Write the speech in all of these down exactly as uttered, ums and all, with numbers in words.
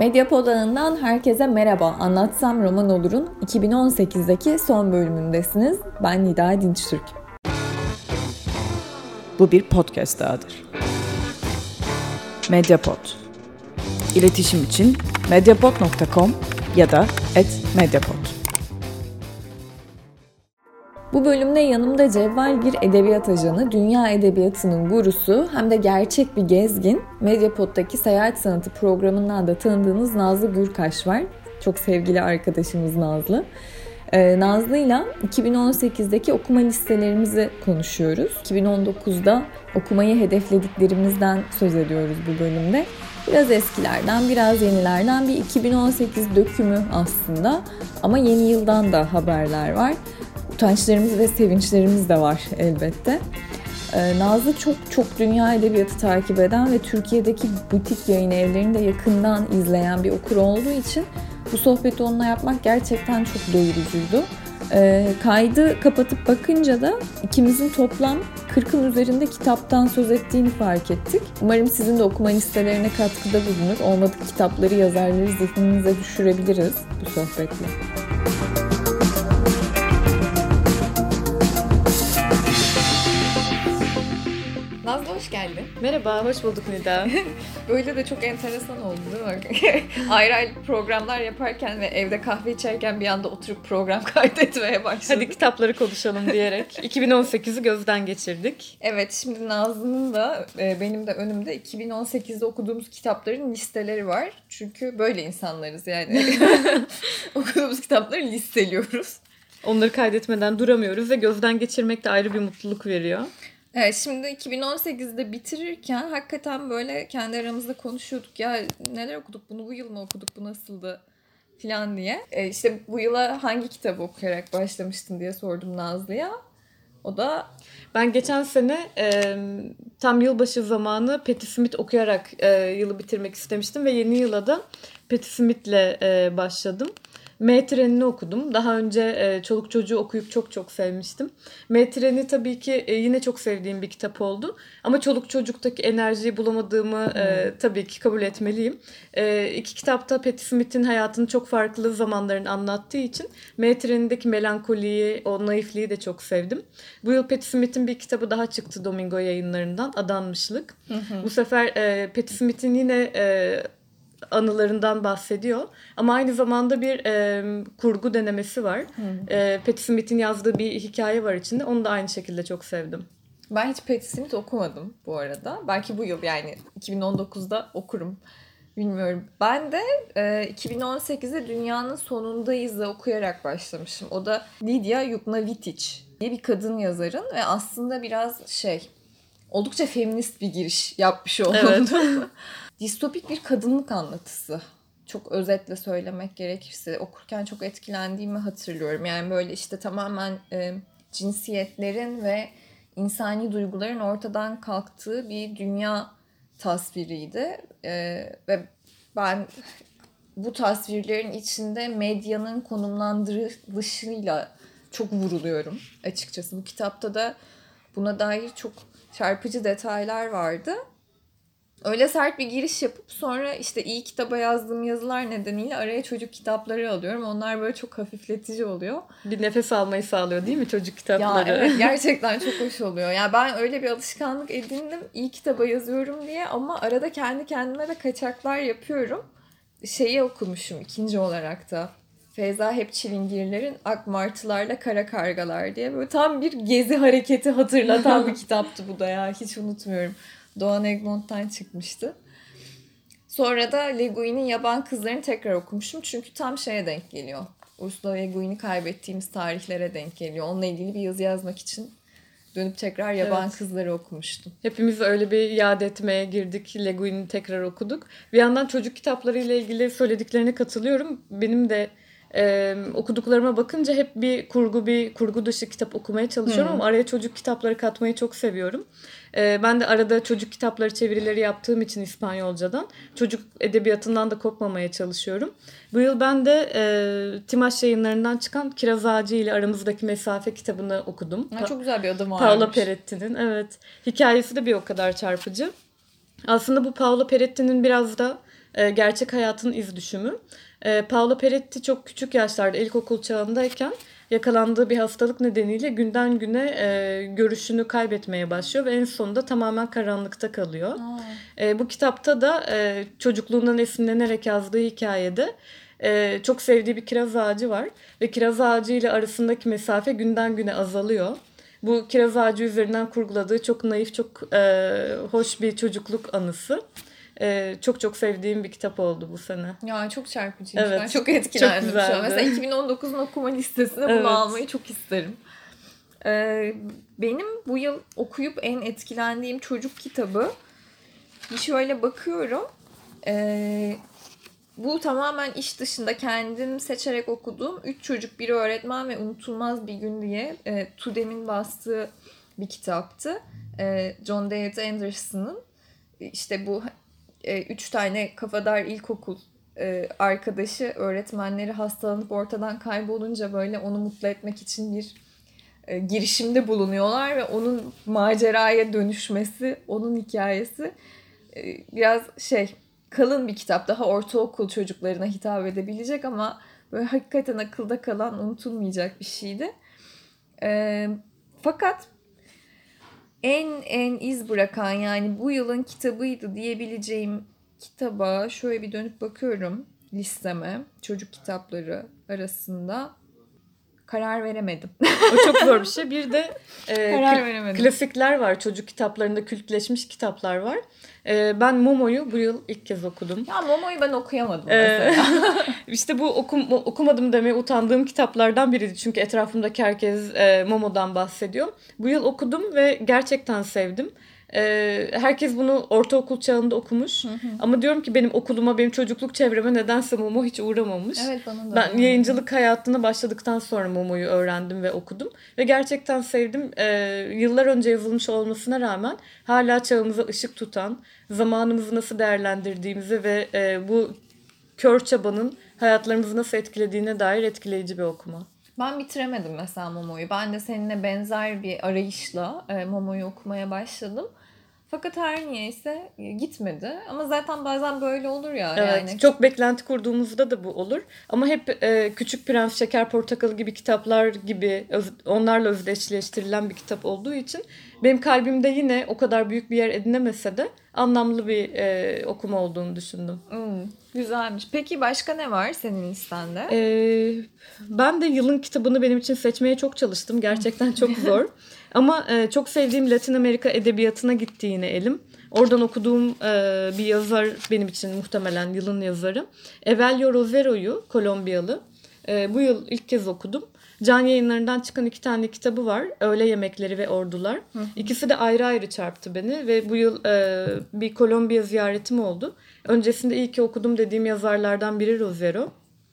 Medyapod ağından herkese merhaba. Anlatsam Roman Olur'un iki bin on sekizdeki son bölümündesiniz. Ben Nida Dinçtürk. Bu bir podcast ağıdır. Medyapod. İletişim için medyapod nokta com ya da et medyapod. Bu bölümde yanımda cevval bir edebiyat ajanı, dünya edebiyatının gurusu hem de gerçek bir gezgin, Medyapod'daki Seyahat Sanatı programından da tanıdığınız Nazlı Gürkaş var. Çok sevgili arkadaşımız Nazlı. Ee, Nazlı'yla iki bin on sekizdeki okuma listelerimizi konuşuyoruz. iki bin on dokuzda okumayı hedeflediklerimizden söz ediyoruz bu bölümde. Biraz eskilerden, biraz yenilerden bir iki bin on sekiz dökümü aslında. Ama yeni yıldan da haberler var. Utançlarımız ve sevinçlerimiz de var elbette. Ee, Nazlı çok çok dünya edebiyatı takip eden ve Türkiye'deki butik yayın evlerini de yakından izleyen bir okur olduğu için bu sohbeti onunla yapmak gerçekten çok doyurucuydu. Ee, kaydı kapatıp bakınca da ikimizin toplam kırkın üzerinde kitaptan söz ettiğini fark ettik. Umarım sizin de okuma listelerine katkıda bulunur. Olmadık kitapları, yazarları zihninize düşürebiliriz bu sohbetle. Nazlı hoş geldin. Merhaba, hoş bulduk Nida. Böyle de çok enteresan oldu değil mi? ayrı ayrı programlar yaparken ve evde kahve içerken bir anda oturup program kaydetmeye başladık. Hadi kitapları konuşalım diyerek iki bin on sekizi gözden geçirdik. Evet, şimdi Nazlı'nın da benim de önümde iki bin on sekizde okuduğumuz kitapların listeleri var. Çünkü böyle insanlarız yani. Okuduğumuz kitapları listeliyoruz. Onları kaydetmeden duramıyoruz ve gözden geçirmek de ayrı bir mutluluk veriyor. Evet, şimdi iki bin on sekizde bitirirken hakikaten böyle kendi aramızda konuşuyorduk. Ya neler okuduk, bunu bu yıl mı okuduk, bu nasıldı falan diye. E işte bu yıla hangi kitabı okuyarak başlamıştın diye sordum Nazlı'ya. O da... Ben geçen sene e, tam yılbaşı zamanı Patti Smith okuyarak e, yılı bitirmek istemiştim ve yeni yıla da Patti Smith'le e, başladım. M Treni'ni okudum. Daha önce e, Çoluk Çocuğu okuyup çok çok sevmiştim. M Treni tabii ki e, yine çok sevdiğim bir kitap oldu. Ama Çoluk Çocuk'taki enerjiyi bulamadığımı hmm. e, tabii ki kabul etmeliyim. E, iki kitapta Patti Smith'in hayatını çok farklı zamanlarını anlattığı için M Treni'deki melankoliyi, o naifliği de çok sevdim. Bu yıl Patti Smith'in bir kitabı daha çıktı Domingo Yayınları'ndan. Adanmışlık. Hmm. Bu sefer e, Patti Smith'in yine... E, anılarından bahsediyor. Ama aynı zamanda bir e, kurgu denemesi var. E, Patti Smith'in yazdığı bir hikaye var içinde. Onu da aynı şekilde çok sevdim. Ben hiç Patti Smith okumadım bu arada. Belki bu yıl yani iki bin on dokuzda okurum. Bilmiyorum. Ben de e, iki bin on sekizde Dünyanın Sonundayız'ı okuyarak başlamışım. O da Lidija Yuknavitić diye bir kadın yazarın ve aslında biraz şey, oldukça feminist bir giriş yapmış oldum. Evet. Distopik bir kadınlık anlatısı. Çok özetle söylemek gerekirse okurken çok etkilendiğimi hatırlıyorum. Yani böyle işte tamamen e, cinsiyetlerin ve insani duyguların ortadan kalktığı bir dünya tasviriydi. E, ve ben bu tasvirlerin içinde medyanın konumlandırılışıyla çok vuruluyorum açıkçası. Bu kitapta da buna dair çok çarpıcı detaylar vardı. Öyle sert bir giriş yapıp sonra işte iyi kitaba yazdığım yazılar nedeniyle araya çocuk kitapları alıyorum. Onlar böyle çok hafifletici oluyor. Bir nefes almayı sağlıyor değil mi çocuk kitapları? Ya evet, gerçekten çok hoş oluyor. Yani ben öyle bir alışkanlık edindim iyi kitaba yazıyorum diye ama arada kendi kendime de kaçaklar yapıyorum. Şeyi okumuşum ikinci olarak da. Feyza Hep Çilingirler'in Ak Martılarla Kara Kargalar diye böyle tam bir gezi hareketi hatırlatan bir kitaptı bu da ya. Hiç unutmuyorum. Doğan Egmont'tan çıkmıştı. Sonra da Le Guin'in Yaban Kızları'nı tekrar okumuşum. Çünkü tam şeye denk geliyor. Ursula Le Guin'i kaybettiğimiz tarihlere denk geliyor. Onunla ilgili bir yazı yazmak için dönüp tekrar Yaban evet. Kızları okumuştum. Hepimiz öyle bir yad etmeye girdik. Le Guin'i tekrar okuduk. Bir yandan çocuk kitaplarıyla ilgili söylediklerine katılıyorum. Benim de Ee, okuduklarıma bakınca hep bir kurgu bir kurgu dışı kitap okumaya çalışıyorum hmm. ama araya çocuk kitapları katmayı çok seviyorum. Ee, ben de arada çocuk kitapları çevirileri yaptığım için İspanyolcadan çocuk edebiyatından da kopmamaya çalışıyorum. Bu yıl ben de e, Timaş Yayınları'ndan çıkan Kiraz Ağacı ile Aramızdaki Mesafe kitabını okudum. Ha, çok güzel bir adı varmış. Paolo Peretti'nin evet. Hikayesi de bir o kadar çarpıcı. Aslında bu Paolo Peretti'nin biraz da E, gerçek hayatın iz düşümü. E, Paolo Peretti çok küçük yaşlarda, ilkokul çağındayken yakalandığı bir hastalık nedeniyle günden güne e, görüşünü kaybetmeye başlıyor ve en sonunda tamamen karanlıkta kalıyor. E, bu kitapta da e, çocukluğundan esinlenerek yazdığı hikayede e, çok sevdiği bir kiraz ağacı var ve kiraz ağacı ile arasındaki mesafe günden güne azalıyor. Bu kiraz ağacı üzerinden kurguladığı çok naif, çok e, hoş bir çocukluk anısı. Ee, çok çok sevdiğim bir kitap oldu bu sene. Ya çok çarpıcıymış. Evet, ben çok etkilendim çok şu an. Mesela iki bin on dokuzun okuma listesine bunu evet. almayı çok isterim. Ee, benim bu yıl okuyup en etkilendiğim çocuk kitabı, bir şöyle bakıyorum. Ee, bu tamamen iş dışında kendim seçerek okuduğum Üç Çocuk Bir Öğretmen ve Unutulmaz Bir Gün diye e, Tudem'in bastığı bir kitaptı. E, John David Anderson'ın işte bu üç tane kafadar ilkokul arkadaşı öğretmenleri hastalanıp ortadan kaybolunca böyle onu mutlu etmek için bir girişimde bulunuyorlar ve onun maceraya dönüşmesi, onun hikayesi biraz şey kalın bir kitap, daha ortaokul çocuklarına hitap edebilecek ama böyle hakikaten akılda kalan, unutulmayacak bir şeydi. Fakat en en iz bırakan, yani bu yılın kitabıydı diyebileceğim kitaba şöyle bir dönüp bakıyorum listeme, çocuk kitapları arasında karar veremedim. O çok zor bir şey. Bir de e, kl- klasikler var, çocuk kitaplarında kültleşmiş kitaplar var. E, ben Momo'yu bu yıl ilk kez okudum. Ya Momo'yu ben okuyamadım mesela. E, işte bu okum, okumadım demeye utandığım kitaplardan biriydi. Çünkü etrafımdaki herkes e, Momo'dan bahsediyor. Bu yıl okudum ve gerçekten sevdim. Ee, herkes bunu ortaokul çağında okumuş. Hı hı. Ama diyorum ki benim okuluma, benim çocukluk çevreme nedense Momo hiç uğramamış. Evet, bana da. Ben yayıncılık hayatına başladıktan sonra Momo'yu öğrendim ve okudum. Ve gerçekten sevdim. Ee, yıllar önce yazılmış olmasına rağmen hala çağımıza ışık tutan, zamanımızı nasıl değerlendirdiğimizi ve e, bu kör çabanın hayatlarımızı nasıl etkilediğine dair etkileyici bir okuma. Ben bitiremedim mesela Momo'yu. Ben de seninle benzer bir arayışla e, Momo'yu okumaya başladım. Fakat her niyeyse gitmedi. Ama zaten bazen böyle olur ya. Evet, yani. Çok beklenti kurduğumuzda da bu olur. Ama hep e, Küçük Prens, Şeker Portakalı gibi kitaplar gibi öz, onlarla özdeşleştirilen bir kitap olduğu için benim kalbimde yine o kadar büyük bir yer edinemese de anlamlı bir e, okuma olduğunu düşündüm. Hmm, güzelmiş. Peki başka ne var senin listende? Ee, ben de yılın kitabını benim için seçmeye çok çalıştım. Gerçekten çok zor. Ama e, çok sevdiğim Latin Amerika edebiyatına gitti yine elim. Oradan okuduğum e, bir yazar benim için muhtemelen yılın yazarı. Evelio Rosero'yu, Kolombiyalı. E, bu yıl ilk kez okudum. Can Yayınları'ndan çıkan iki tane kitabı var. Öğle Yemekleri ve Ordular. Hı hı. İkisi de ayrı ayrı çarptı beni ve bu yıl e, bir Kolombiya ziyaretim oldu. Öncesinde iyi ki okudum dediğim yazarlardan biri Rosero.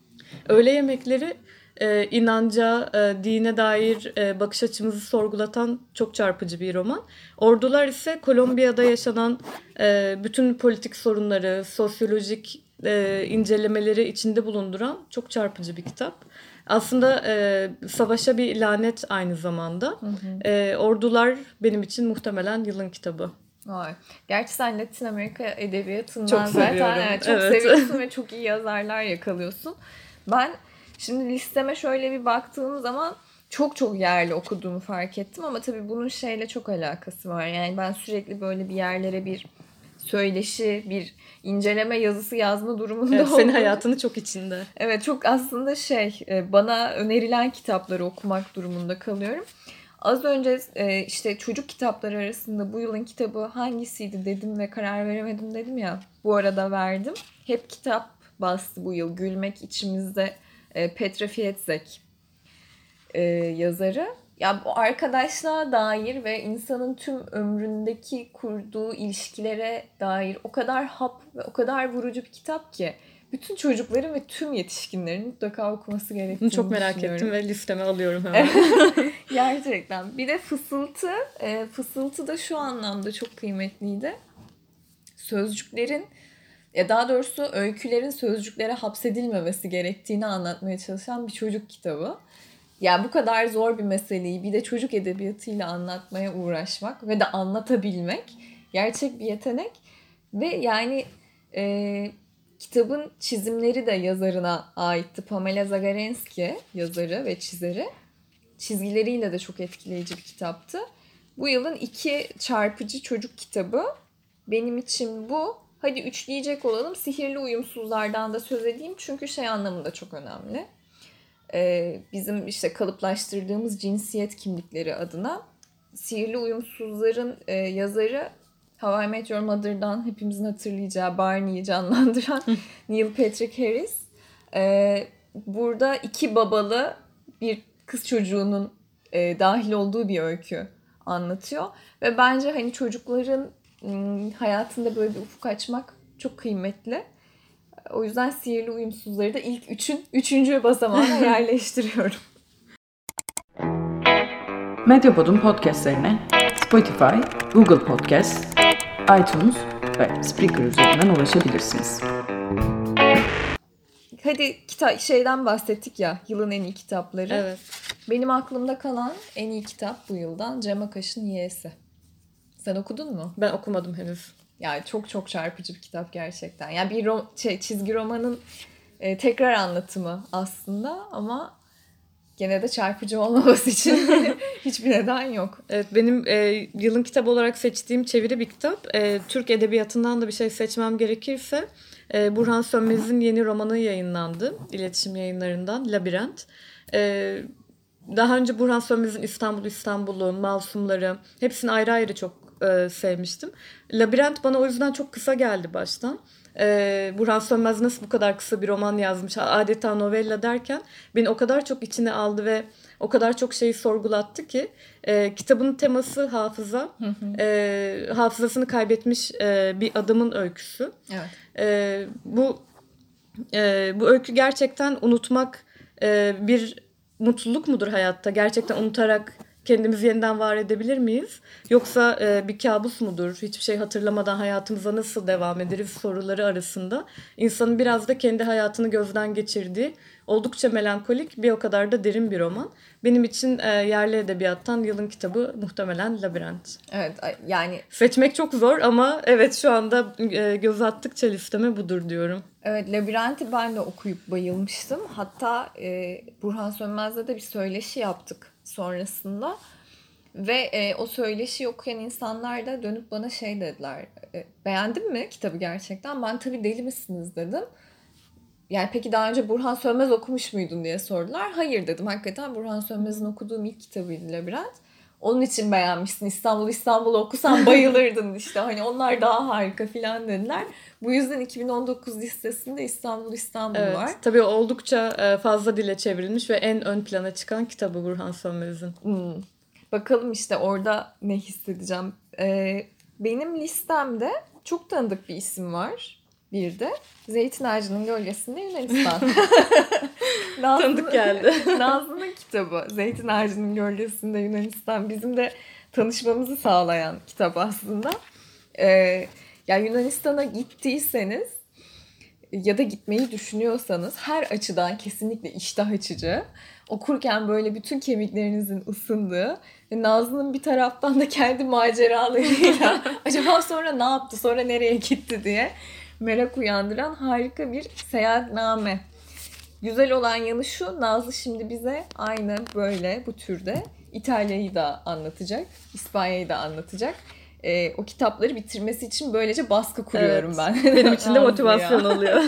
Öğle Yemekleri e, inanca, e, dine dair e, bakış açımızı sorgulatan çok çarpıcı bir roman. Ordular ise Kolombiya'da yaşanan e, bütün politik sorunları, sosyolojik e, incelemeleri içinde bulunduran çok çarpıcı bir kitap. Aslında e, savaşa bir lanet aynı zamanda. Hı hı. E, Ordular benim için muhtemelen yılın kitabı. Vay. Gerçi sen Latin Amerika edebiyatından çok zaten evet, çok evet. seviyorsun ve çok iyi yazarlar yakalıyorsun. Ben şimdi listeme şöyle bir baktığım zaman çok çok yerli okuduğumu fark ettim ama tabii bunun şeyle çok alakası var. Yani ben sürekli böyle bir yerlere bir söyleşi, bir inceleme yazısı yazma durumunda evet, oldum. Senin hayatını çok içinde. Evet, çok aslında şey, bana önerilen kitapları okumak durumunda kalıyorum. Az önce işte çocuk kitapları arasında bu yılın kitabı hangisiydi dedim ve karar veremedim dedim ya. Bu arada verdim. Hep kitap bastı bu yıl. Gülmek içimizde, Petra Fietzek yazarı. Ya bu arkadaşlığa dair ve insanın tüm ömründeki kurduğu ilişkilere dair o kadar hap ve o kadar vurucu bir kitap ki bütün çocukların ve tüm yetişkinlerin mutlaka okuması gerektiğini çok merak düşünüyorum. ettim ve listeme alıyorum hemen. Gerçekten. Bir de Fısıltı. E, Fısıltı da şu anlamda çok kıymetliydi. Sözcüklerin, ya daha doğrusu öykülerin sözcüklere hapsedilmemesi gerektiğini anlatmaya çalışan bir çocuk kitabı. Ya bu kadar zor bir meseleyi bir de çocuk edebiyatıyla anlatmaya uğraşmak ve de anlatabilmek gerçek bir yetenek. Ve yani e, Kitabın çizimleri de yazarına aitti. Pamela Zagarenski yazarı ve çizeri. Çizgileriyle de çok etkileyici bir kitaptı. Bu yılın iki çarpıcı çocuk kitabı. Benim için bu. Hadi üçleyecek olalım. Sihirli Uyumsuzlardan da söz edeyim. Çünkü şey anlamında çok önemli. Ee, bizim işte kalıplaştırdığımız cinsiyet kimlikleri adına Sihirli Uyumsuzların e, yazarı How I Met Your Mother'dan hepimizin hatırlayacağı Barney'i canlandıran Neil Patrick Harris. Ee, burada iki babalı bir kız çocuğunun e, dahil olduğu bir öykü anlatıyor. Ve bence hani çocukların m, hayatında böyle bir ufuk açmak çok kıymetli. O yüzden Sihirli Uyumsuzları da ilk üçün üçüncü basamağına yerleştiriyorum. Medyapod'un podcastlerine Spotify, Google Podcast, iTunes ve Spreaker üzerinden ulaşabilirsiniz. Hadi kita- şeyden bahsettik ya, yılın en iyi kitapları. Evet. Benim aklımda kalan en iyi kitap bu yıldan Cem Akaş'ın Y'si. Sen okudun mu? Ben okumadım henüz. Yani çok çok çarpıcı bir kitap gerçekten. Yani bir rom- şey, çizgi romanın e, tekrar anlatımı aslında ama gene de çarpıcı olmaması için hiçbir neden yok. Evet, benim e, yılın kitabı olarak seçtiğim çeviri bir kitap. E, Türk Edebiyatı'ndan da bir şey seçmem gerekirse e, Burhan Sönmez'in yeni romanı yayınlandı. İletişim Yayınları'ndan Labirent. E, daha önce Burhan Sönmez'in İstanbul İstanbul'u, Masumları hepsini ayrı ayrı çok e, sevmiştim. Labirent bana o yüzden çok kısa geldi baştan. Ee, Burhan Sönmez nasıl bu kadar kısa bir roman yazmış, adeta novella derken beni o kadar çok içine aldı ve o kadar çok şeyi sorgulattı ki e, kitabın teması hafıza, Hı hı. e, hafızasını kaybetmiş e, bir adamın öyküsü. Evet. E, bu e, bu öykü gerçekten unutmak e, bir mutluluk mudur hayatta? Gerçekten unutarak kendimizi yeniden var edebilir miyiz? Yoksa e, bir kabus mudur? Hiçbir şey hatırlamadan hayatımıza nasıl devam ederiz soruları arasında insanın biraz da kendi hayatını gözden geçirdiği oldukça melankolik bir o kadar da derin bir roman. Benim için e, yerli edebiyattan yılın kitabı muhtemelen Labirent. Evet yani. Seçmek çok zor ama evet şu anda e, göz attıkça listeme budur diyorum. Evet, Labirent'i ben de okuyup bayılmıştım. Hatta e, Burhan Sönmez'le de bir söyleşi yaptık sonrasında. Ve e, o söyleşi okuyan insanlar da dönüp bana şey dediler. E, beğendin mi kitabı gerçekten? Ben tabii deli misiniz dedim. Yani peki daha önce Burhan Sönmez okumuş muydun diye sordular. Hayır dedim. Hakikaten Burhan Sönmez'in okuduğum ilk kitabıydı Labirent. Onun için beğenmişsin. İstanbul İstanbul okusan bayılırdın işte. Hani onlar daha harika filan dediler. Bu yüzden iki bin on dokuz listesinde İstanbul İstanbul evet, var. Tabii oldukça fazla dile çevrilmiş ve en ön plana çıkan kitabı Burhan Sönmez'in. Hmm. Bakalım işte orada ne hissedeceğim. Ee, benim listemde çok tanıdık bir isim var. Bir de Zeytin Ağacı'nın Gölgesinde Yunanistan. Tanıdık geldi. Nazlı'nın kitabı Zeytin Ağacı'nın Gölgesinde Yunanistan bizim de tanışmamızı sağlayan kitap aslında. Ee, yani Yunanistan'a gittiyseniz ya da gitmeyi düşünüyorsanız her açıdan kesinlikle iştah açıcı. Okurken böyle bütün kemiklerinizin ısındığı ve Nazlı'nın bir taraftan da kendi maceralarıyla acaba sonra ne yaptı, sonra nereye gitti diye merak uyandıran harika bir seyahatname. Güzel olan yanı şu, Nazlı şimdi bize aynı böyle bu türde İtalya'yı da anlatacak, İspanya'yı da anlatacak. E, o kitapları bitirmesi için böylece baskı kuruyorum evet, ben. Benim için de motivasyon oluyor.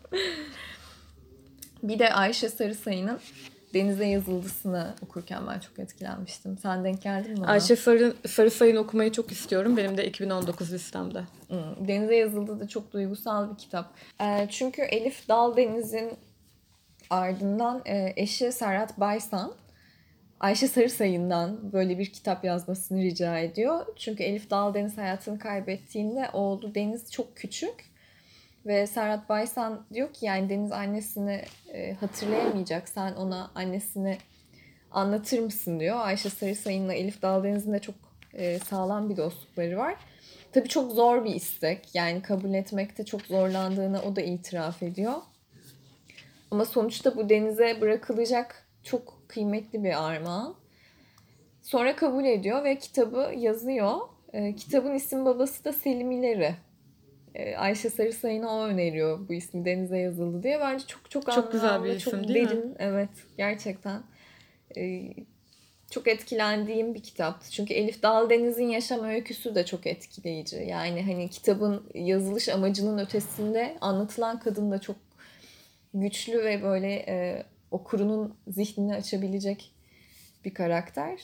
Bir de Ayşe Sarısayı'nın Denize Yazıldısını okurken ben çok etkilenmiştim. Sen denk geldin mi ona? Ayşe Sarı, Sarısayı'nı okumayı çok istiyorum. Benim de iki bin on dokuz listemde. Hmm, Denize Yazıldı da çok duygusal bir kitap. E, çünkü Elif Daldeniz'in ardından e, eşi Serhat Baysan Ayşe Sarısayı'ndan böyle bir kitap yazmasını rica ediyor. Çünkü Elif Daldeniz hayatını kaybettiğinde oğlu Deniz çok küçük. Ve Serhat Baysan diyor ki yani Deniz annesini e, hatırlayamayacak. Sen ona annesini anlatır mısın diyor. Ayşe Sarısayı'nla Elif Daldeniz'in de çok e, sağlam bir dostlukları var. Tabii çok zor bir istek. Yani kabul etmekte çok zorlandığını o da itiraf ediyor. Ama sonuçta bu Deniz'e bırakılacak çok kıymetli bir armağan. Sonra kabul ediyor ve kitabı yazıyor. E, kitabın isim babası da Selim İleri. Ayşe Sarısayın'a o öneriyor bu ismi, Denize Yazıldı diye. Bence çok çok, çok anlamlı, güzel bir isim, çok değil derin. Mi? Evet, gerçekten. Ee, çok etkilendiğim bir kitaptı. Çünkü Elif Daldeniz'in yaşam öyküsü de çok etkileyici. Yani hani kitabın yazılış amacının ötesinde anlatılan kadın da çok güçlü ve böyle e, okurunun zihnini açabilecek bir karakter.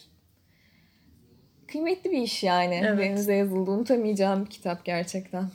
Kıymetli bir iş yani. Evet. Denize Yazıldı. Unutamayacağım bir kitap gerçekten.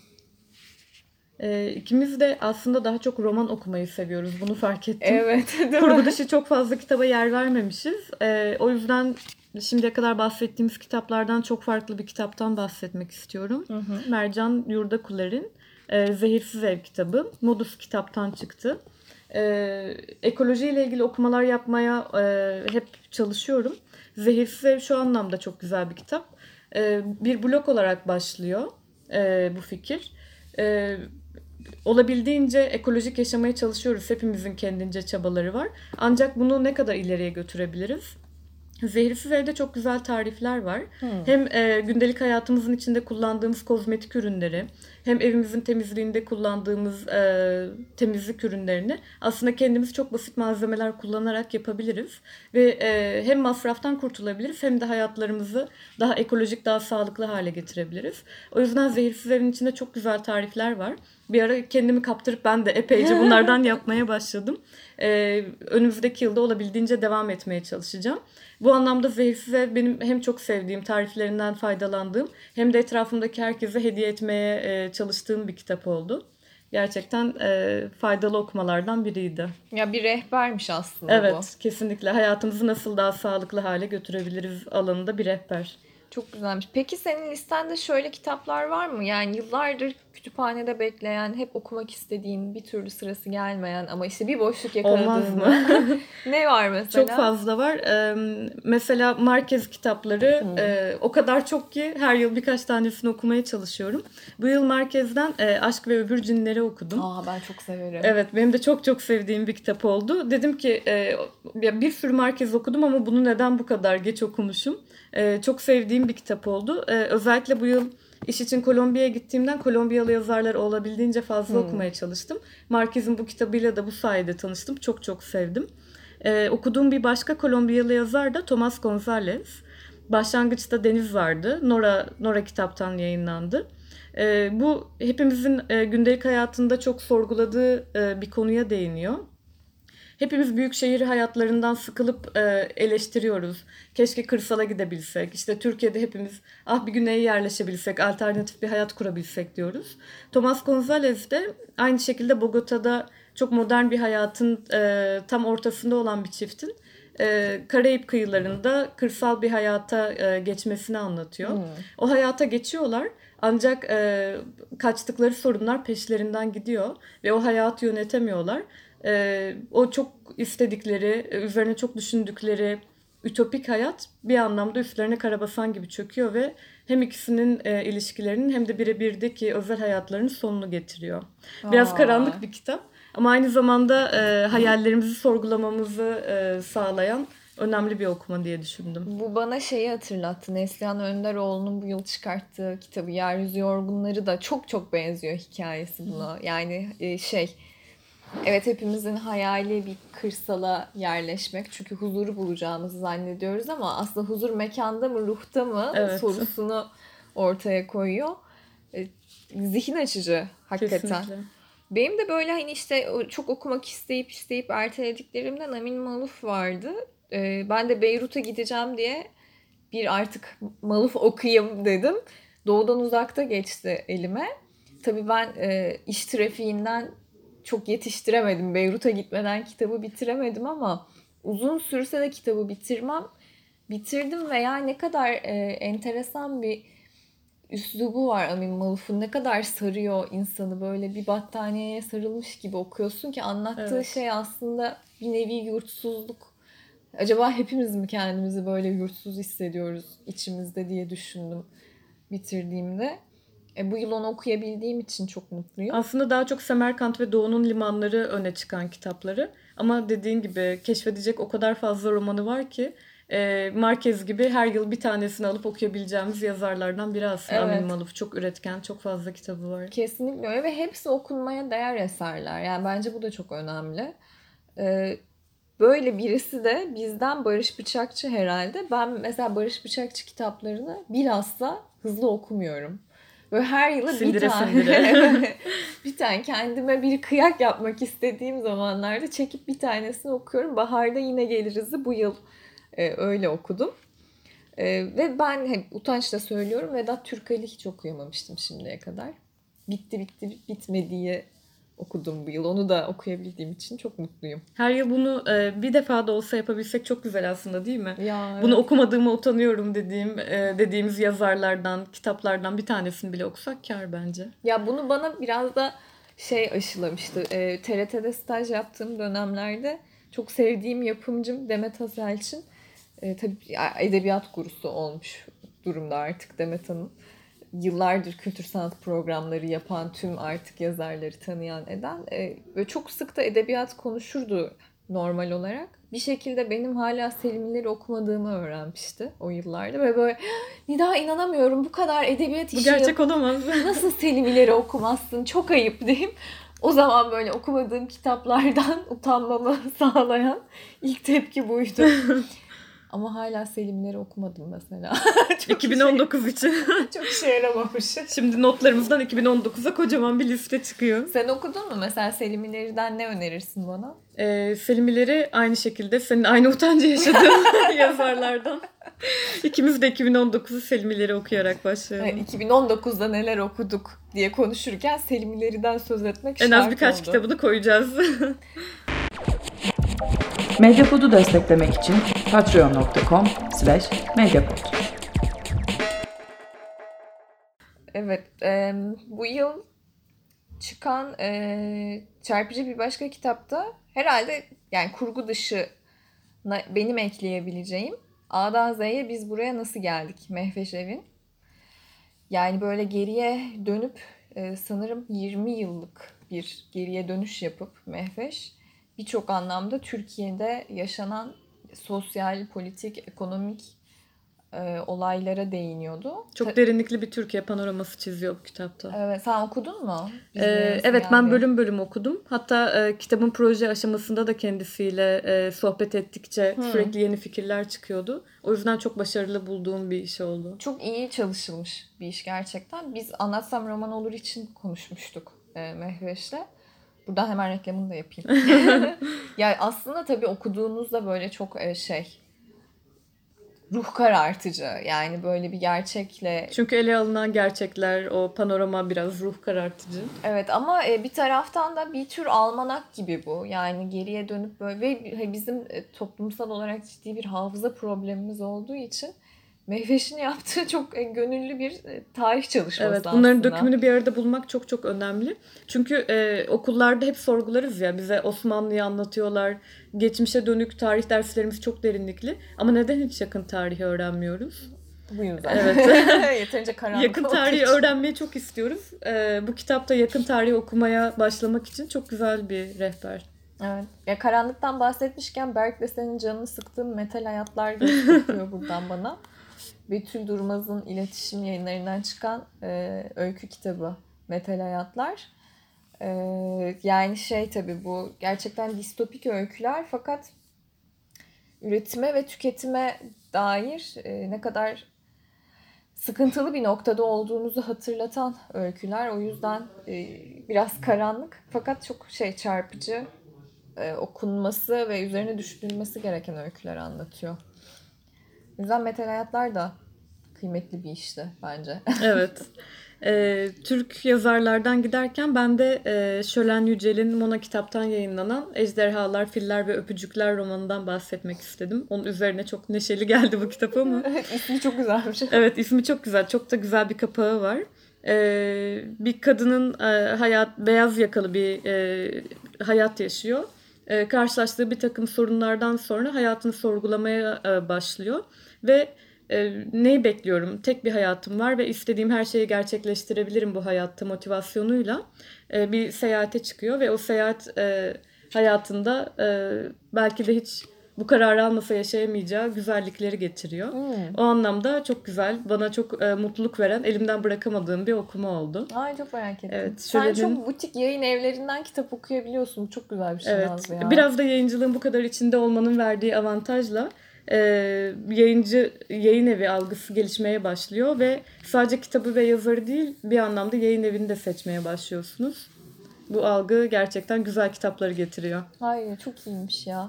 E, ikimiz de aslında daha çok roman okumayı seviyoruz. Bunu fark ettim. Evet. Kurgu dışı çok fazla kitaba yer vermemişiz. E, o yüzden şimdiye kadar bahsettiğimiz kitaplardan çok farklı bir kitaptan bahsetmek istiyorum. Hı hı. Mercan Yurdakuler'in e, Zehirsiz Ev kitabı. Modus kitaptan çıktı. E, ekolojiyle ilgili okumalar yapmaya e, hep çalışıyorum. Zehirsiz Ev şu anlamda çok güzel bir kitap. E, bir blog olarak başlıyor e, bu fikir. E, olabildiğince ekolojik yaşamaya çalışıyoruz. Hepimizin kendince çabaları var. Ancak bunu ne kadar ileriye götürebiliriz? Zehirsiz Ev'de çok güzel tarifler var. Hmm. Hem e, gündelik hayatımızın içinde kullandığımız kozmetik ürünleri, hem evimizin temizliğinde kullandığımız e, temizlik ürünlerini aslında kendimiz çok basit malzemeler kullanarak yapabiliriz. Ve e, hem masraftan kurtulabiliriz hem de hayatlarımızı daha ekolojik, daha sağlıklı hale getirebiliriz. O yüzden Zehirsiz Ev'in içinde çok güzel tarifler var. Bir ara kendimi kaptırıp ben de epeyce bunlardan yapmaya başladım. Ee, önümüzdeki yılda olabildiğince devam etmeye çalışacağım. Bu anlamda Zehirsiz Ev benim hem çok sevdiğim, tariflerinden faydalandığım hem de etrafımdaki herkese hediye etmeye e, çalıştığım bir kitap oldu. Gerçekten e, faydalı okumalardan biriydi. Ya bir rehbermiş aslında evet, bu. Evet, kesinlikle. Hayatımızı nasıl daha sağlıklı hale götürebiliriz alanında bir rehber. Çok güzelmiş. Peki senin listende şöyle kitaplar var mı? Yani yıllardır kütüphanede bekleyen, hep okumak istediğin, bir türlü sırası gelmeyen ama işte bir boşluk yakaladığın. Olmaz mı? Ne var mesela? Çok fazla var. Ee, mesela Marquez kitapları hmm. e, o kadar çok ki her yıl birkaç tanesini okumaya çalışıyorum. Bu yıl Marquez'den e, Aşk ve Öbür Cinleri okudum. Aa, ben çok severim. Evet, benim de çok çok sevdiğim bir kitap oldu. Dedim ki e, bir sürü Marquez okudum ama bunu neden bu kadar geç okumuşum? E, çok sevdiğim bir kitap oldu. E, özellikle bu yıl İş için Kolombiya'ya gittiğimden Kolombiyalı yazarları olabildiğince fazla hmm. okumaya çalıştım. Marquez'in bu kitabıyla da bu sayede tanıştım. Çok çok sevdim. Ee, okuduğum bir başka Kolombiyalı yazar da Tomás González. Başlangıçta Deniz vardı. Nora Nora kitaptan yayınlandı. Ee, bu hepimizin e, gündelik hayatında çok sorguladığı e, bir konuya değiniyor. Hepimiz büyük şehir hayatlarından sıkılıp e, eleştiriyoruz. Keşke kırsala gidebilsek. İşte Türkiye'de hepimiz ah bir güneye yerleşebilsek, alternatif bir hayat kurabilsek diyoruz. Tomás González de aynı şekilde Bogota'da çok modern bir hayatın e, tam ortasında olan bir çiftin e, Karayip kıyılarında kırsal bir hayata e, geçmesini anlatıyor. Hmm. O hayata geçiyorlar. Ancak e, kaçtıkları sorunlar peşlerinden gidiyor ve o hayatı yönetemiyorlar. Ee, o çok istedikleri, üzerine çok düşündükleri ütopik hayat bir anlamda üstlerine karabasan gibi çöküyor ve hem ikisinin e, ilişkilerinin hem de birebirdeki özel hayatlarının sonunu getiriyor. Biraz Aa. karanlık bir kitap ama aynı zamanda e, hayallerimizi sorgulamamızı e, sağlayan önemli bir okuma diye düşündüm. Bu bana şeyi hatırlattı. Neslihan Önderoğlu'nun bu yıl çıkarttığı kitabı Yeryüzü Yorgunları da çok çok benziyor hikayesi buna. Yani e, şey... Evet, hepimizin hayali bir kırsala yerleşmek. Çünkü huzuru bulacağımızı zannediyoruz ama aslında huzur mekanda mı, ruhta mı evet. sorusunu ortaya koyuyor. E, zihin açıcı hakikaten. Kesinlikle. Benim de böyle hani işte çok okumak isteyip isteyip ertelediklerimden Amin Maluf vardı. E, ben de Beyrut'a gideceğim diye bir artık Maluf okuyayım dedim. Doğudan Uzak'ta geçti elime. Tabii ben e, iş trafiğinden çok yetiştiremedim. Beyrut'a gitmeden kitabı bitiremedim ama uzun sürse de kitabı bitirmem. Bitirdim veya ne kadar e, enteresan bir üslubu var Amin Maluf'un. Ne kadar sarıyor insanı, böyle bir battaniyeye sarılmış gibi okuyorsun ki anlattığı evet. şey aslında bir nevi yurtsuzluk. Acaba hepimiz mi kendimizi böyle yurtsuz hissediyoruz içimizde diye düşündüm bitirdiğimde. E, bu yıl onu okuyabildiğim için çok mutluyum. Aslında daha çok Semerkant ve Doğu'nun limanları öne çıkan kitapları. Ama dediğin gibi keşfedecek o kadar fazla romanı var ki e, Marquez gibi her yıl bir tanesini alıp okuyabileceğimiz yazarlardan biri aslında. Evet. Amin Maluf çok üretken, çok fazla kitabı var. Kesinlikle öyle ve hepsi okunmaya değer eserler. Yani bence bu da çok önemli. Ee, böyle birisi de bizden Barış Bıçakçı herhalde. Ben mesela Barış Bıçakçı kitaplarını bilhassa hızlı okumuyorum. Böyle her yılı Sindire bir tane sindire. bir tane kendime bir kıyak yapmak istediğim zamanlarda çekip bir tanesini okuyorum. Baharda Yine Geliriz'i bu yıl e, öyle okudum. E, ve ben hep utançla söylüyorum, Vedat Türkal'i hiç okuyamamıştım şimdiye kadar. Bitti bitti bitmediği okudum bu yıl. Onu da okuyabildiğim için çok mutluyum. Her yıl bunu e, bir defa da olsa yapabilsek çok güzel aslında, değil mi? Ya, evet. Bunu okumadığıma utanıyorum dediğim e, dediğimiz yazarlardan, kitaplardan bir tanesini bile okusak kâr bence. Ya bunu bana biraz da şey aşılamıştı. E, T R T'de staj yaptığım dönemlerde çok sevdiğim yapımcım Demet Aselçin e, tabii edebiyat gurusu olmuş durumda artık Demet Hanım. Yıllardır kültür sanat programları yapan, tüm artık yazarları tanıyan eden e, ve çok sık da edebiyat konuşurdu normal olarak. Bir şekilde benim hala Selimileri okumadığımı öğrenmişti o yıllarda. Ve böyle Nida inanamıyorum, bu kadar edebiyat işi Bu gerçek yapıp olamaz. nasıl Selimileri okumazsın, çok ayıp diyeyim. O zaman böyle okumadığım kitaplardan utanmamı sağlayan ilk tepki buydu. Ama hala Selimleri okumadım mesela. iki bin on dokuz için. Çok işe yaramamış. Şimdi notlarımızdan iki bin on dokuza kocaman bir liste çıkıyor. Sen okudun mu? Mesela Selimileri'den ne önerirsin bana? Ee, Selimileri aynı şekilde senin aynı utancı yaşadığın yazarlardan. İkimiz de iki bin on dokuzu Selimileri okuyarak başlayalım. Yani iki bin on dokuzda neler okuduk diye konuşurken Selimileri'den söz etmek şart En oldu. az birkaç kitabını koyacağız. Medyapod'u desteklemek için patreon nokta com slash medyapod. Evet, e, bu yıl çıkan e, çarpıcı bir başka kitapta herhalde yani kurgu dışı benim ekleyebileceğim A'dan Z'ye Biz Buraya Nasıl Geldik Mehveş Evin. Yani böyle geriye dönüp e, sanırım yirmi yıllık bir geriye dönüş yapıp Mehveş birçok anlamda Türkiye'de yaşanan sosyal, politik, ekonomik e, olaylara değiniyordu. Çok Ta- derinlikli bir Türkiye panoraması çiziyor bu kitapta. Evet, sen okudun mu? Ee, evet, ben bölüm bölüm okudum. Hatta e, kitabın proje aşamasında da kendisiyle e, sohbet ettikçe hmm. sürekli yeni fikirler çıkıyordu. O yüzden çok başarılı bulduğum bir iş oldu. Çok iyi çalışılmış bir iş gerçekten. Biz Anlatsam Roman Olur için konuşmuştuk e, Mehveş'le. Buradan hemen reklamını da yapayım. Yani aslında tabii okuduğunuzda böyle çok şey ruh karartıcı. Yani böyle bir gerçekle. Çünkü ele alınan gerçekler, o panorama biraz ruh karartıcı. Evet, ama bir taraftan da bir tür almanak gibi bu. Yani geriye dönüp böyle ve bizim toplumsal olarak ciddi bir hafıza problemimiz olduğu için Mehveş'in yaptığı çok gönüllü bir tarih çalışması evet, aslında. Bunların dökümünü bir arada bulmak çok çok önemli. Çünkü e, okullarda hep sorgularız ya, bize Osmanlı'yı anlatıyorlar. Geçmişe dönük tarih derslerimiz çok derinlikli. Ama neden hiç yakın tarihi öğrenmiyoruz? Bu yüzden. Evet. Yeterince karanlık. Yakın tarihi öğrenmeyi çok istiyoruz. E, bu kitapta yakın tarihi okumaya başlamak için çok güzel bir rehber. Evet. Ya karanlıktan bahsetmişken Berk de senin canını sıktığın Metal Hayatlar gösteriyor buradan bana. Betül Durmaz'ın iletişim yayınlarından çıkan e, öykü kitabı Metal Hayatlar. E, yani şey tabii bu gerçekten distopik öyküler fakat üretime ve tüketime dair e, ne kadar sıkıntılı bir noktada olduğumuzu hatırlatan öyküler. O yüzden e, biraz karanlık fakat çok şey çarpıcı, e, okunması ve üzerine düşünülmesi gereken öyküler anlatıyor. O yüzden Metal Hayatlar da kıymetli bir işti bence. Evet. Ee, Türk yazarlardan giderken ben de e, Şölen Yücel'in Mona Kitap'tan yayınlanan Ejderhalar, Filler ve Öpücükler romanından bahsetmek istedim. Onun üzerine çok neşeli geldi bu kitap ama. İsmi çok güzelmiş. Evet, ismi çok güzel. Çok da güzel bir kapağı var. Ee, bir kadının e, hayat beyaz yakalı bir e, hayat yaşıyor. E, karşılaştığı bir takım sorunlardan sonra hayatını sorgulamaya e, başlıyor. Ve e, neyi bekliyorum? Tek bir hayatım var ve istediğim her şeyi gerçekleştirebilirim bu hayatta motivasyonuyla. E, bir seyahate çıkıyor ve o seyahat e, hayatında e, belki de hiç bu kararı almasa yaşayamayacağı güzellikleri getiriyor. Hmm. O anlamda çok güzel, bana çok e, mutluluk veren, elimden bırakamadığım bir okuma oldu. Ay çok merak ettim. Evet, Sen çok butik yayın evlerinden kitap okuyabiliyorsun. Çok güzel bir şey evet, Nazlı ya. Biraz da yayıncılığın bu kadar içinde olmanın verdiği avantajla e, yayıncı yayın evi algısı gelişmeye başlıyor ve sadece kitabı ve yazarı değil, bir anlamda yayın evini de seçmeye başlıyorsunuz. Bu algı gerçekten güzel kitapları getiriyor. Hayır, çok iyiymiş ya.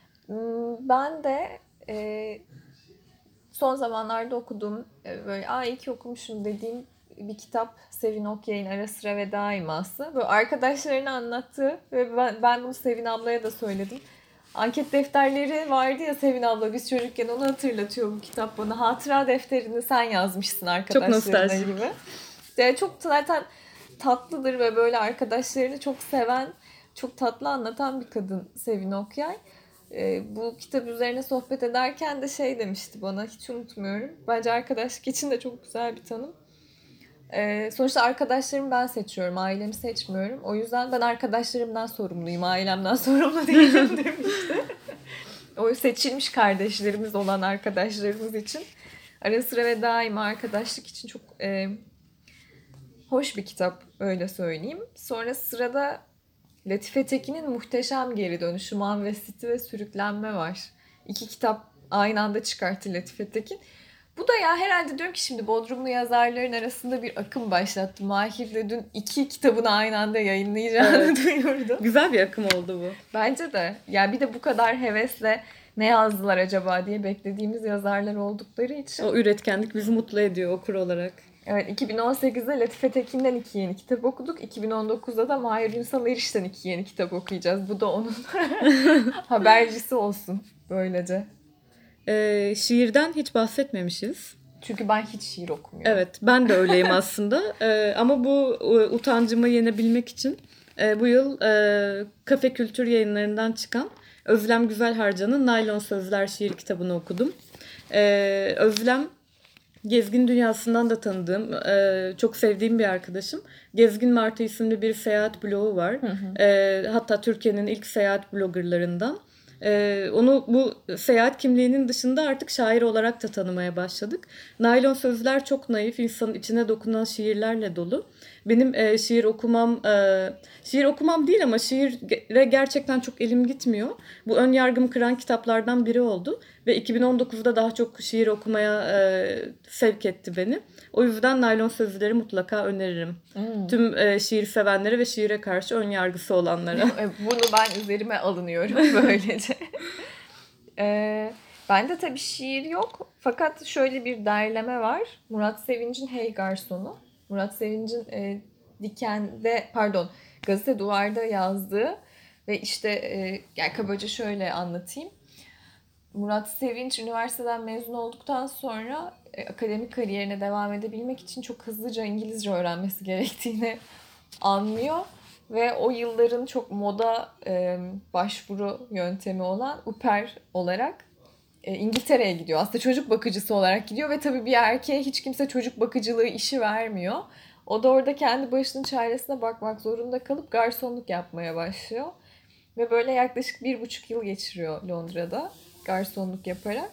Ben de e, son zamanlarda okuduğum, e, böyle aa iyi ki okumuşum dediğim bir kitap Sevin Okyay'ın Ara Sıra Veda İması. Böyle arkadaşlarına anlattığı ve ben, ben bunu Sevin ablaya da söyledim. Anket defterleri vardı ya Sevin abla, biz çocukken, onu hatırlatıyor bu kitap bana. Hatıra defterini sen yazmışsın arkadaşlarına gibi. Yani çok zaten tatlıdır ve böyle arkadaşlarını çok seven, çok tatlı anlatan bir kadın Sevin Okyay. Ee, bu kitap üzerine sohbet ederken de şey demişti bana, hiç unutmuyorum. Bence arkadaşlık için de çok güzel bir tanım. Ee, sonuçta arkadaşlarımı ben seçiyorum, ailemi seçmiyorum. O yüzden ben arkadaşlarımdan sorumluyum, ailemden sorumlu değilim demişti. O seçilmiş kardeşlerimiz olan arkadaşlarımız için Ara Sıra ve Daima arkadaşlık için çok e, hoş bir kitap, öyle söyleyeyim. Sonra sırada Latife Tekin'in Muhteşem Geri Dönüşü, Manvesiti ve Sürüklenme var. İki kitap aynı anda çıkarttı Latife Tekin. Bu da ya herhalde diyorum ki şimdi Bodrumlu yazarların arasında bir akım başlattı. Mahir de dün iki kitabını aynı anda yayınlayacağını evet. duyurdu. Güzel bir akım oldu bu. Bence de. Ya bir de bu kadar hevesle ne yazdılar acaba diye beklediğimiz yazarlar oldukları için. O üretkenlik bizi mutlu ediyor okur olarak. Evet, iki bin on sekizde Latife Tekin'den iki yeni kitap okuduk. iki bin on dokuzda da Mahir Ünsal Eriş'ten iki yeni kitap okuyacağız. Bu da onun habercisi olsun böylece. Ee, şiirden hiç bahsetmemişiz. Çünkü ben hiç şiir okumuyorum. Evet, ben de öyleyim aslında. Ee, ama bu utancımı yenebilmek için e, bu yıl e, Kafe Kültür Yayınları'ndan çıkan Özlem Güzelharcan'ın Naylon Sözler şiir kitabını okudum. Ee, Özlem Gezgin dünyasından da tanıdığım, e, çok sevdiğim bir arkadaşım. Gezgin Martı isimli bir seyahat blogu var. Hı hı. E, hatta Türkiye'nin ilk seyahat bloggerlarından. E, onu bu seyahat kimliğinin dışında artık şair olarak da tanımaya başladık. Naylon Sözler çok naif, insanın içine dokunan şiirlerle dolu. Benim e, şiir okumam, e, şiir okumam değil ama şiire gerçekten çok elim gitmiyor. Bu ön yargımı kıran kitaplardan biri oldu. Ve iki bin on dokuzda daha çok şiir okumaya e, sevk etti beni. O yüzden Naylon Sözleri mutlaka öneririm. Hmm. Tüm e, şiir sevenlere ve şiire karşı ön yargısı olanlara. Bunu ben üzerime alınıyorum böylece. ee, bende tabii şiir yok. Fakat şöyle bir derleme var. Murat Sevinç'in Hey Garson'u. Murat Sevinç'in e, Diken'de, pardon, Gazete Duvar'da yazdığı ve işte e, yani kabaca şöyle anlatayım. Murat Sevinç üniversiteden mezun olduktan sonra e, akademik kariyerine devam edebilmek için çok hızlıca İngilizce öğrenmesi gerektiğini anlıyor. Ve o yılların çok moda e, başvuru yöntemi olan U P E R olarak e, İngiltere'ye gidiyor. Aslında çocuk bakıcısı olarak gidiyor ve tabii bir erkeğe hiç kimse çocuk bakıcılığı işi vermiyor. O da orada kendi başının çaresine bakmak zorunda kalıp garsonluk yapmaya başlıyor. Ve böyle yaklaşık bir buçuk yıl geçiriyor Londra'da garsonluk yaparak.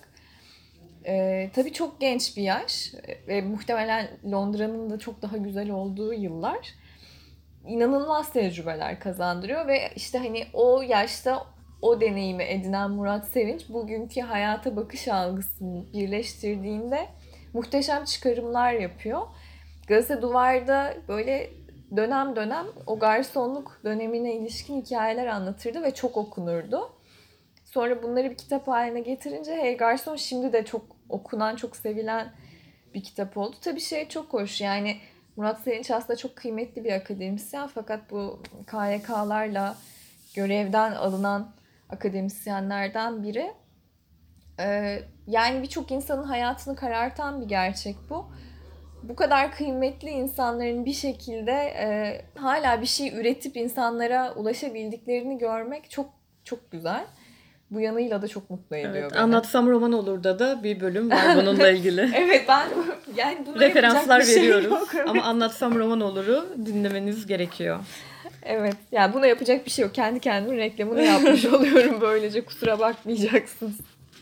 Ee, tabii çok genç bir yaş ve muhtemelen Londra'nın da çok daha güzel olduğu yıllar. İnanılmaz tecrübeler kazandırıyor ve işte hani o yaşta o deneyimi edinen Murat Sevinç bugünkü hayata bakış algısını birleştirdiğinde muhteşem çıkarımlar yapıyor. Gazete Duvar'da böyle dönem dönem o garsonluk dönemine ilişkin hikayeler anlatırdı ve çok okunurdu. Sonra bunları bir kitap haline getirince Hey Garson şimdi de çok okunan, çok sevilen bir kitap oldu. Tabii şey çok hoş, yani Murat Sevinç aslında çok kıymetli bir akademisyen fakat bu K Y K'larla görevden alınan akademisyenlerden biri. Ee, yani birçok insanın hayatını karartan bir gerçek bu. Bu kadar kıymetli insanların bir şekilde e, hala bir şey üretip insanlara ulaşabildiklerini görmek çok çok güzel. Bu yanıyla da çok mutlu ediyor evet, beni. Anlatsam roman olur da da bir bölüm var bununla ilgili. Evet, ben yani buna referanslar şey veriyoruz yok, evet. Ama Anlatsam roman oluru dinlemeniz gerekiyor. Evet. Yani buna yapacak bir şey yok. Kendi kendimin reklamını yapmış oluyorum böylece. Kusura bakmayacaksınız.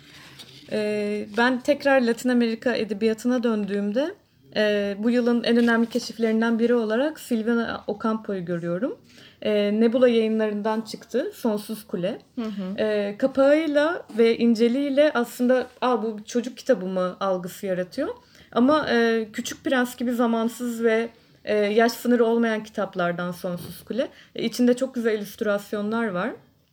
Ee, ben tekrar Latin Amerika edebiyatına döndüğümde e, bu yılın en önemli keşiflerinden biri olarak Silvina Ocampo'yu görüyorum. E, Nebula yayınlarından çıktı. Sonsuz Kule. Hı hı. E, kapağıyla ve inceliğiyle aslında Aa, bu bir çocuk kitabı mı algısı yaratıyor. Ama e, Küçük Prens gibi zamansız ve e, yaş sınırı olmayan kitaplardan Sonsuz Kule. E, içinde çok güzel illüstrasyonlar var.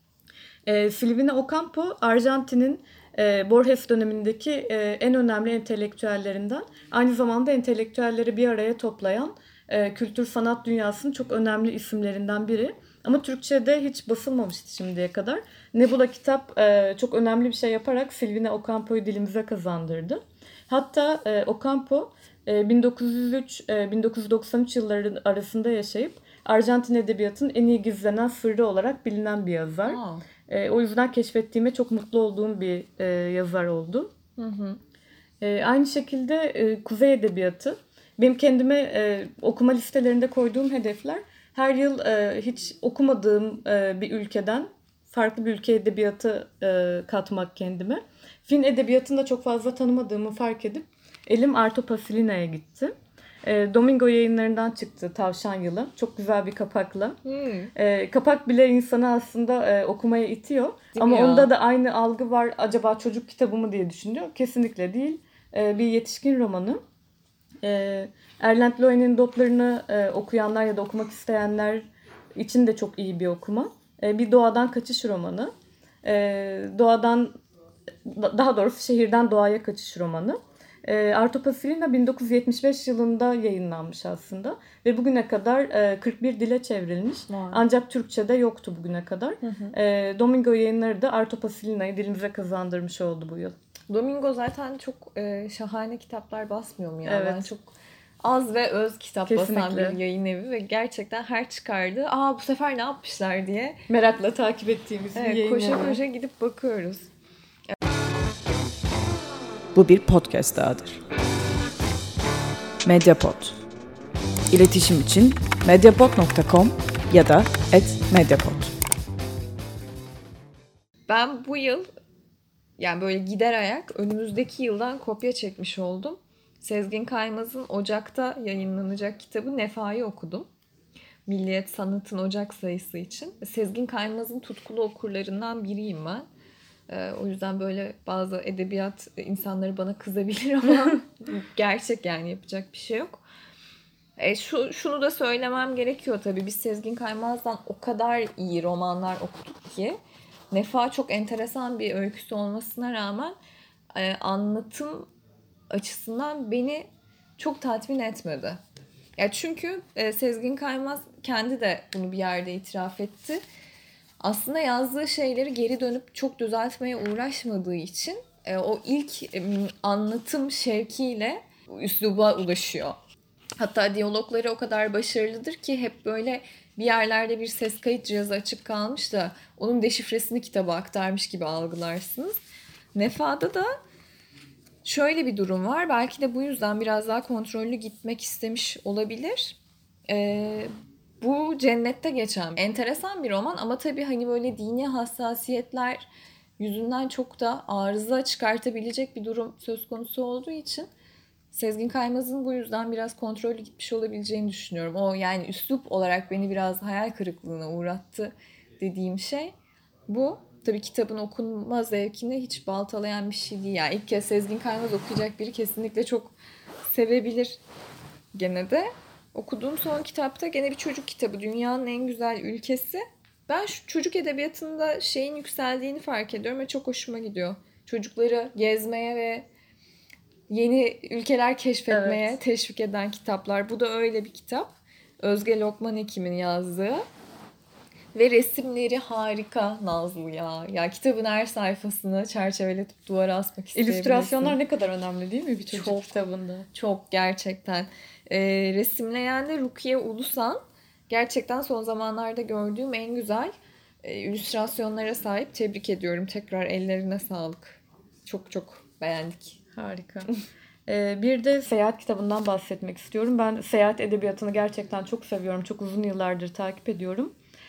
E, Silvina Ocampo, Arjantin'in e, Borges dönemindeki e, en önemli entelektüellerinden. Aynı zamanda entelektüelleri bir araya toplayan e, kültür sanat dünyasının çok önemli isimlerinden biri. Ama Türkçe'de hiç basılmamıştı şimdiye kadar. Nebula kitap e, çok önemli bir şey yaparak Silvina Ocampo'yu dilimize kazandırdı. Hatta e, Ocampo e, bin dokuz yüz üç - bin dokuz yüz doksan üç yılları arasında yaşayıp Arjantin edebiyatının en iyi gizlenen sırrı olarak bilinen bir yazar. Aa. E, o yüzden keşfettiğime çok mutlu olduğum bir e, yazar oldu. Hı hı. E, aynı şekilde e, Kuzey Edebiyatı. Benim kendime e, okuma listelerinde koyduğum hedefler her yıl e, hiç okumadığım e, bir ülkeden farklı bir ülke edebiyatı e, katmak kendime. Fin edebiyatını da çok fazla tanımadığımı fark edip elim Arto Pasilina'ya gitti. E, Domingo yayınlarından çıktı Tavşan Yılı. Çok güzel bir kapakla. Hmm. E, kapak bile insanı aslında e, okumaya itiyor. Değil Ama onda da aynı algı var. Acaba çocuk kitabı mı diye düşünüyor. Kesinlikle değil. E, bir yetişkin romanı. E, Erland Loewen'in Doplarını e, okuyanlar ya da okumak isteyenler için de çok iyi bir okuma. E, bir doğadan kaçış romanı. E, doğadan, daha doğrusu şehirden doğaya kaçış romanı. E, Arto Pasilina bin dokuz yüz yetmiş beş yılında yayınlanmış aslında ve bugüne kadar e, kırk bir dile çevrilmiş. Wow. Ancak Türkçe'de yoktu bugüne kadar. Hı hı. E, Domingo yayınları da Arto Pasilina'yı dilimize kazandırmış oldu bu yıl. Domingo zaten çok e, şahane kitaplar basmıyor mu ya? Evet. Ben çok az ve öz kitap Kesinlikle. basan bir yayın evi ve gerçekten her çıkardı. Aa bu sefer ne yapmışlar diye merakla takip ettiğimiz evet, bir yayın koşa evi. Koşa koşa gidip bakıyoruz. Bu bir podcast dahadır. Mediapod. İletişim için mediapod nokta com ya da et mediapod. Ben bu yıl yani böyle gider ayak önümüzdeki yıldan kopya çekmiş oldum. Sezgin Kaymaz'ın Ocak'ta yayınlanacak kitabı Nefa'yı okudum. Milliyet Sanat'ın Ocak sayısı için. Sezgin Kaymaz'ın tutkulu okurlarından biriyim ben. Ee, o yüzden böyle bazı edebiyat insanları bana kızabilir ama gerçek yani yapacak bir şey yok. E, şu şunu da söylemem gerekiyor tabii. Biz Sezgin Kaymaz'dan o kadar iyi romanlar okuduk ki Nefa çok enteresan bir öyküsü olmasına rağmen e, anlatım açısından beni çok tatmin etmedi. Ya çünkü e, Sezgin Kaymaz kendi de bunu bir yerde itiraf etti. Aslında yazdığı şeyleri geri dönüp çok düzeltmeye uğraşmadığı için e, o ilk e, anlatım şevkiyle üsluba ulaşıyor. Hatta diyalogları o kadar başarılıdır ki hep böyle bir yerlerde bir ses kayıt cihazı açık kalmış da onun deşifresini kitaba aktarmış gibi algılarsınız. Nefa'da da şöyle bir durum var. Belki de bu yüzden biraz daha kontrollü gitmek istemiş olabilir. Ee, bu cennette geçen enteresan bir roman ama tabii hani böyle dini hassasiyetler yüzünden çok da arıza çıkartabilecek bir durum söz konusu olduğu için Sezgin Kaymaz'ın bu yüzden biraz kontrollü gitmiş olabileceğini düşünüyorum. O yani üslup olarak beni biraz hayal kırıklığına uğrattı dediğim şey bu. Tabii kitabın okunma zevkini hiç baltalayan bir şey değil. Yani ilk kez Sezgin Kaymaz okuyacak biri kesinlikle çok sevebilir gene de. Okuduğum son kitapta gene bir çocuk kitabı. Dünyanın en güzel ülkesi. Ben şu çocuk edebiyatında şeyin yükseldiğini fark ediyorum ve çok hoşuma gidiyor. Çocukları gezmeye ve yeni ülkeler keşfetmeye evet. teşvik eden kitaplar. Bu da öyle bir kitap. Özge Lokman Hekim'in yazdığı. Ve resimleri harika Nazlı ya. Ya kitabın her sayfasını çerçeveletip duvara asmak isteyebilirsin. İllüstrasyonlar ne kadar önemli değil mi bir çocuk çok, kitabında? Çok gerçekten. Ee, resimleyen de Rukiye Ulusan. Gerçekten son zamanlarda gördüğüm en güzel e, illüstrasyonlara sahip. Tebrik ediyorum. Tekrar ellerine sağlık. Çok çok beğendik. Harika. Ee, bir de seyahat kitabından bahsetmek istiyorum. Ben seyahat edebiyatını gerçekten çok seviyorum. Çok uzun yıllardır takip ediyorum.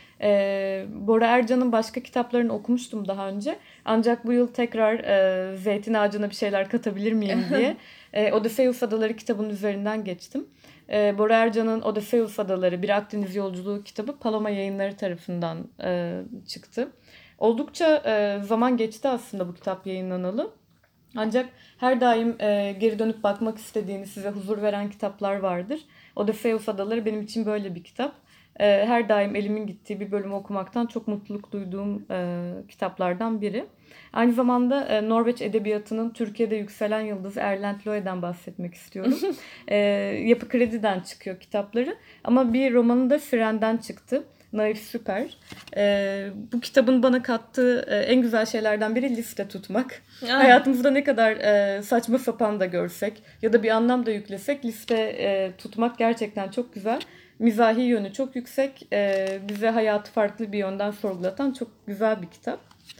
Ee, Bora Ercan'ın başka kitaplarını okumuştum daha önce. Ancak bu yıl tekrar e, Zeytin Ağacı'na bir şeyler katabilir miyim diye e, Odysseus Adaları kitabının üzerinden geçtim. E, Bora Ercan'ın Odysseus Adaları Bir Akdeniz Yolculuğu kitabı Paloma Yayınları tarafından e, çıktı. Oldukça e, zaman geçti aslında bu kitap yayınlanalı. Ancak her daim e, geri dönüp bakmak istediğiniz, size huzur veren kitaplar vardır. Odysseus Adaları benim için böyle bir kitap. E, her daim elimin gittiği bir bölümü okumaktan çok mutluluk duyduğum e, kitaplardan biri. Aynı zamanda e, Norveç edebiyatının Türkiye'de yükselen yıldızı Erlend Loe'den bahsetmek istiyorum. e, Yapı Kredi'den çıkıyor kitapları ama bir romanı da Fren'den çıktı. Naif Süper. Ee, bu kitabın bana kattığı e, en güzel şeylerden biri liste tutmak. Ah. Hayatımızda ne kadar e, saçma sapan da görsek ya da bir anlam da yüklesek liste e, tutmak gerçekten çok güzel. Mizahi yönü çok yüksek. E, bize hayatı farklı bir yönden sorgulatan çok güzel bir kitap.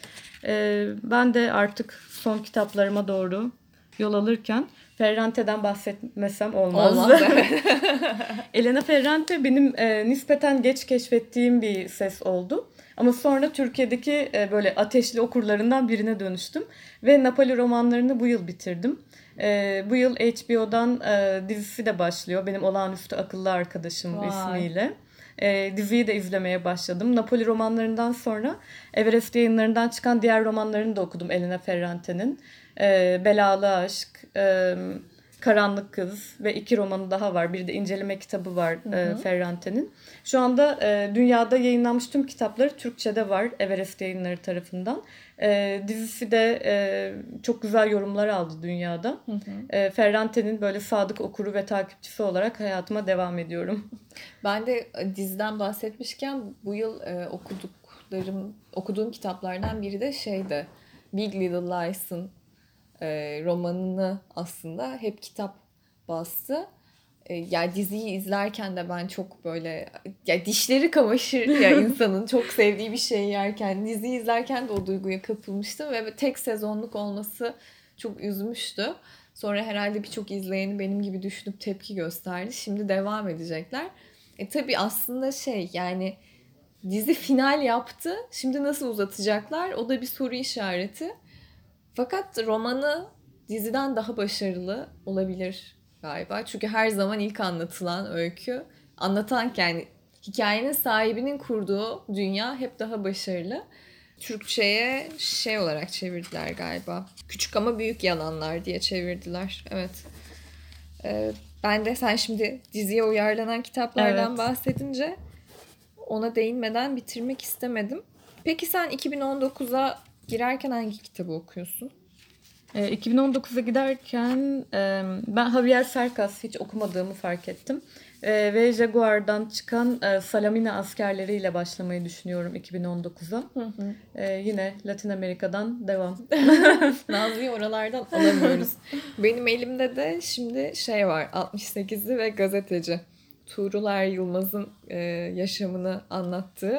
E, ben de artık son kitaplarıma doğru yol alırken Ferrante'den bahsetmesem olmaz. Olmaz evet. Elena Ferrante benim e, nispeten geç keşfettiğim bir ses oldu. Ama sonra Türkiye'deki e, böyle ateşli okurlarından birine dönüştüm. Ve Napoli romanlarını bu yıl bitirdim. E, bu yıl H B O'dan e, dizisi de başlıyor. Benim Olağanüstü Akıllı Arkadaşım Vay. ismiyle. E, diziyi de izlemeye başladım. Napoli romanlarından sonra Everest Yayınları'ndan çıkan diğer romanlarını da okudum Elena Ferrante'nin. E, Belalı Aşk, e, Karanlık Kız ve iki romanı daha var. Bir de inceleme kitabı var e, Ferrante'nin. Şu anda e, dünyada yayınlanmış tüm kitapları Türkçe'de var Everest Yayınları tarafından. E, dizisi de e, çok güzel yorumlar aldı dünyada. Hı hı. E, Ferrante'nin böyle sadık okuru ve takipçisi olarak hayatıma devam ediyorum. Ben de diziden bahsetmişken bu yıl e, okuduklarım, okuduğum kitaplardan biri de şeydi. Big Little Lies'ın E, romanını aslında hep kitap bastı. E, yani diziyi izlerken de ben çok böyle ya dişleri kamaşır ya insanın çok sevdiği bir şey yerken diziyi izlerken de o duyguya kapılmıştım ve tek sezonluk olması çok üzmüştü. Sonra herhalde birçok izleyeni benim gibi düşünüp tepki gösterdi. Şimdi devam edecekler. E tabii aslında şey yani dizi final yaptı. Şimdi nasıl uzatacaklar? O da bir soru işareti. Fakat romanı diziden daha başarılı olabilir galiba. Çünkü her zaman ilk anlatılan öykü, anlatan yani hikayenin sahibinin kurduğu dünya hep daha başarılı. Türkçe'ye şey olarak çevirdiler galiba. Küçük ama büyük yalanlar diye çevirdiler. Evet. Ee, ben de sen şimdi diziye uyarlanan kitaplardan evet. bahsedince ona değinmeden bitirmek istemedim. Peki sen iki bin on dokuza girerken hangi kitabı okuyorsun? E, iki bin on dokuza giderken e, ben Javier Cercas hiç okumadığımı fark ettim. E, ve Jaguar'dan çıkan e, Salamina askerleriyle başlamayı düşünüyorum iki bin on dokuza. Hı hı. E, yine Latin Amerika'dan devam. Nazlı'yı oralardan alamıyoruz. Benim elimde de şimdi şey var, altmış sekizli ve gazeteci. Tuğrul Er Yılmaz'ın e, yaşamını anlattığı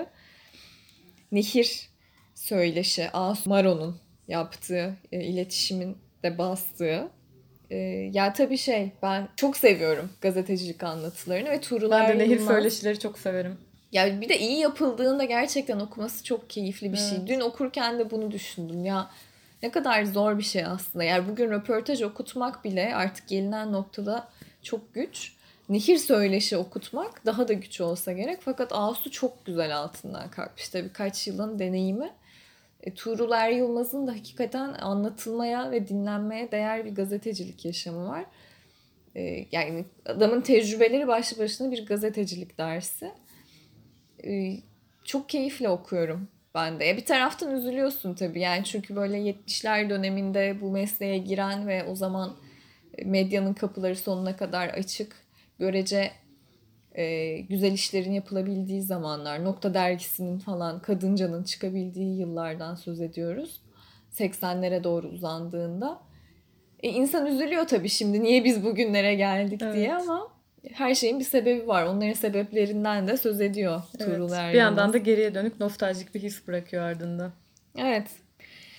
Nehir Söyleşi, Asu Maro'nun yaptığı, e, iletişimin de bastığı. E, ya tabii şey, ben çok seviyorum gazetecilik anlatılarını ve Tuğrul Er Yılmaz. Ben de Nehir Söyleşileri çok severim. Ya bir de iyi yapıldığında gerçekten okuması çok keyifli bir evet. şey. Dün okurken de bunu düşündüm. Ya ne kadar zor bir şey aslında. Yani bugün röportaj okutmak bile artık gelinen noktada çok güç. Nehir Söyleşi okutmak daha da güç olsa gerek. Fakat Asu çok güzel altından kalkmış. Tabii kaç yılın deneyimi. E, Tuğrul Er Yılmaz'ın da hakikaten anlatılmaya ve dinlenmeye değer bir gazetecilik yaşamı var. E, yani adamın tecrübeleri başlı başına bir gazetecilik dersi. E, çok keyifle okuyorum ben de. Ya bir taraftan üzülüyorsun tabii. Yani çünkü böyle yetmişler döneminde bu mesleğe giren ve o zaman medyanın kapıları sonuna kadar açık, görece e, güzel işlerin yapılabildiği zamanlar, Nokta Dergisi'nin falan Kadıncanın çıkabildiği yıllardan söz ediyoruz. seksenlere doğru uzandığında. E, insan üzülüyor tabii şimdi niye biz bugünlere geldik evet. diye ama her şeyin bir sebebi var. Onların sebeplerinden de söz ediyor evet. Tuğrul Er Yılmaz. Bir yandan da geriye dönük nostaljik bir his bırakıyor ardında. Evet.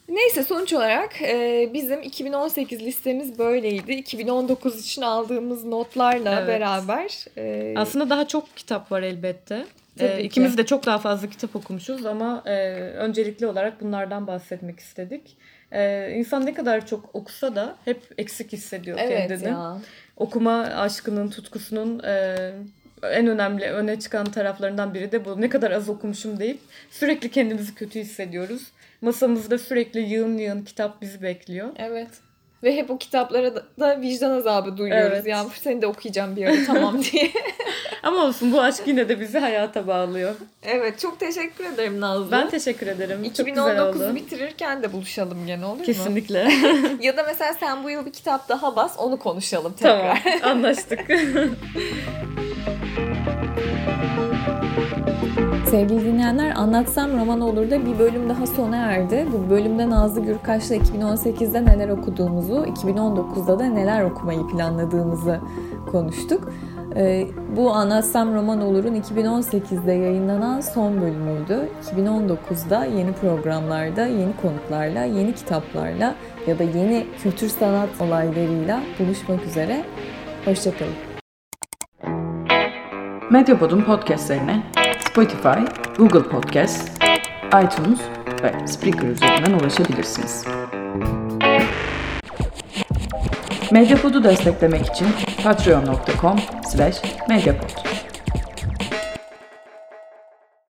Neyse sonuç olarak e, bizim iki bin on sekiz listemiz böyleydi. iki bin on dokuz için aldığımız notlarla evet. beraber. E, Aslında daha çok kitap var elbette. E, ikimiz de çok daha fazla kitap okumuşuz ama e, öncelikli olarak bunlardan bahsetmek istedik. E, insan ne kadar çok okusa da hep eksik hissediyor evet kendini. Ya. Okuma aşkının, tutkusunun e, en önemli öne çıkan taraflarından biri de bu. Ne kadar az okumuşum deyip sürekli kendimizi kötü hissediyoruz. Masamızda sürekli yığın yığın kitap bizi bekliyor. Evet. Ve hep o kitaplara da, da vicdan azabı duyuyoruz. Evet. Ya seni de okuyacağım bir ara tamam diye. Ama olsun, bu aşk yine de bizi hayata bağlıyor. Evet, çok teşekkür ederim Nazlı. Ben teşekkür ederim. iki bin on dokuzu bitirirken de buluşalım gene, olur mu? Kesinlikle. Ya da mesela sen bu yıl bir kitap daha bas, onu konuşalım tekrar. Tamam, anlaştık. Sevgili dinleyenler, Anlatsam Roman Olur'da bir bölüm daha sona erdi. Bu bölümde Nazlı Gürkaş'la iki bin on sekizde neler okuduğumuzu, iki bin on dokuzda da neler okumayı planladığımızı konuştuk. Ee, bu Anlatsam Roman Olur'un iki bin on sekizde yayınlanan son bölümüydü. iki bin on dokuzda yeni programlarda, yeni konuklarla, yeni kitaplarla ya da yeni kültür sanat olaylarıyla buluşmak üzere. Hoşçakalın. Medyapod'un podcastlerine Spotify, Google Podcast, iTunes ve Spreaker üzerinden ulaşabilirsiniz. Medyapod'u desteklemek için patreon nokta com slash medyapod.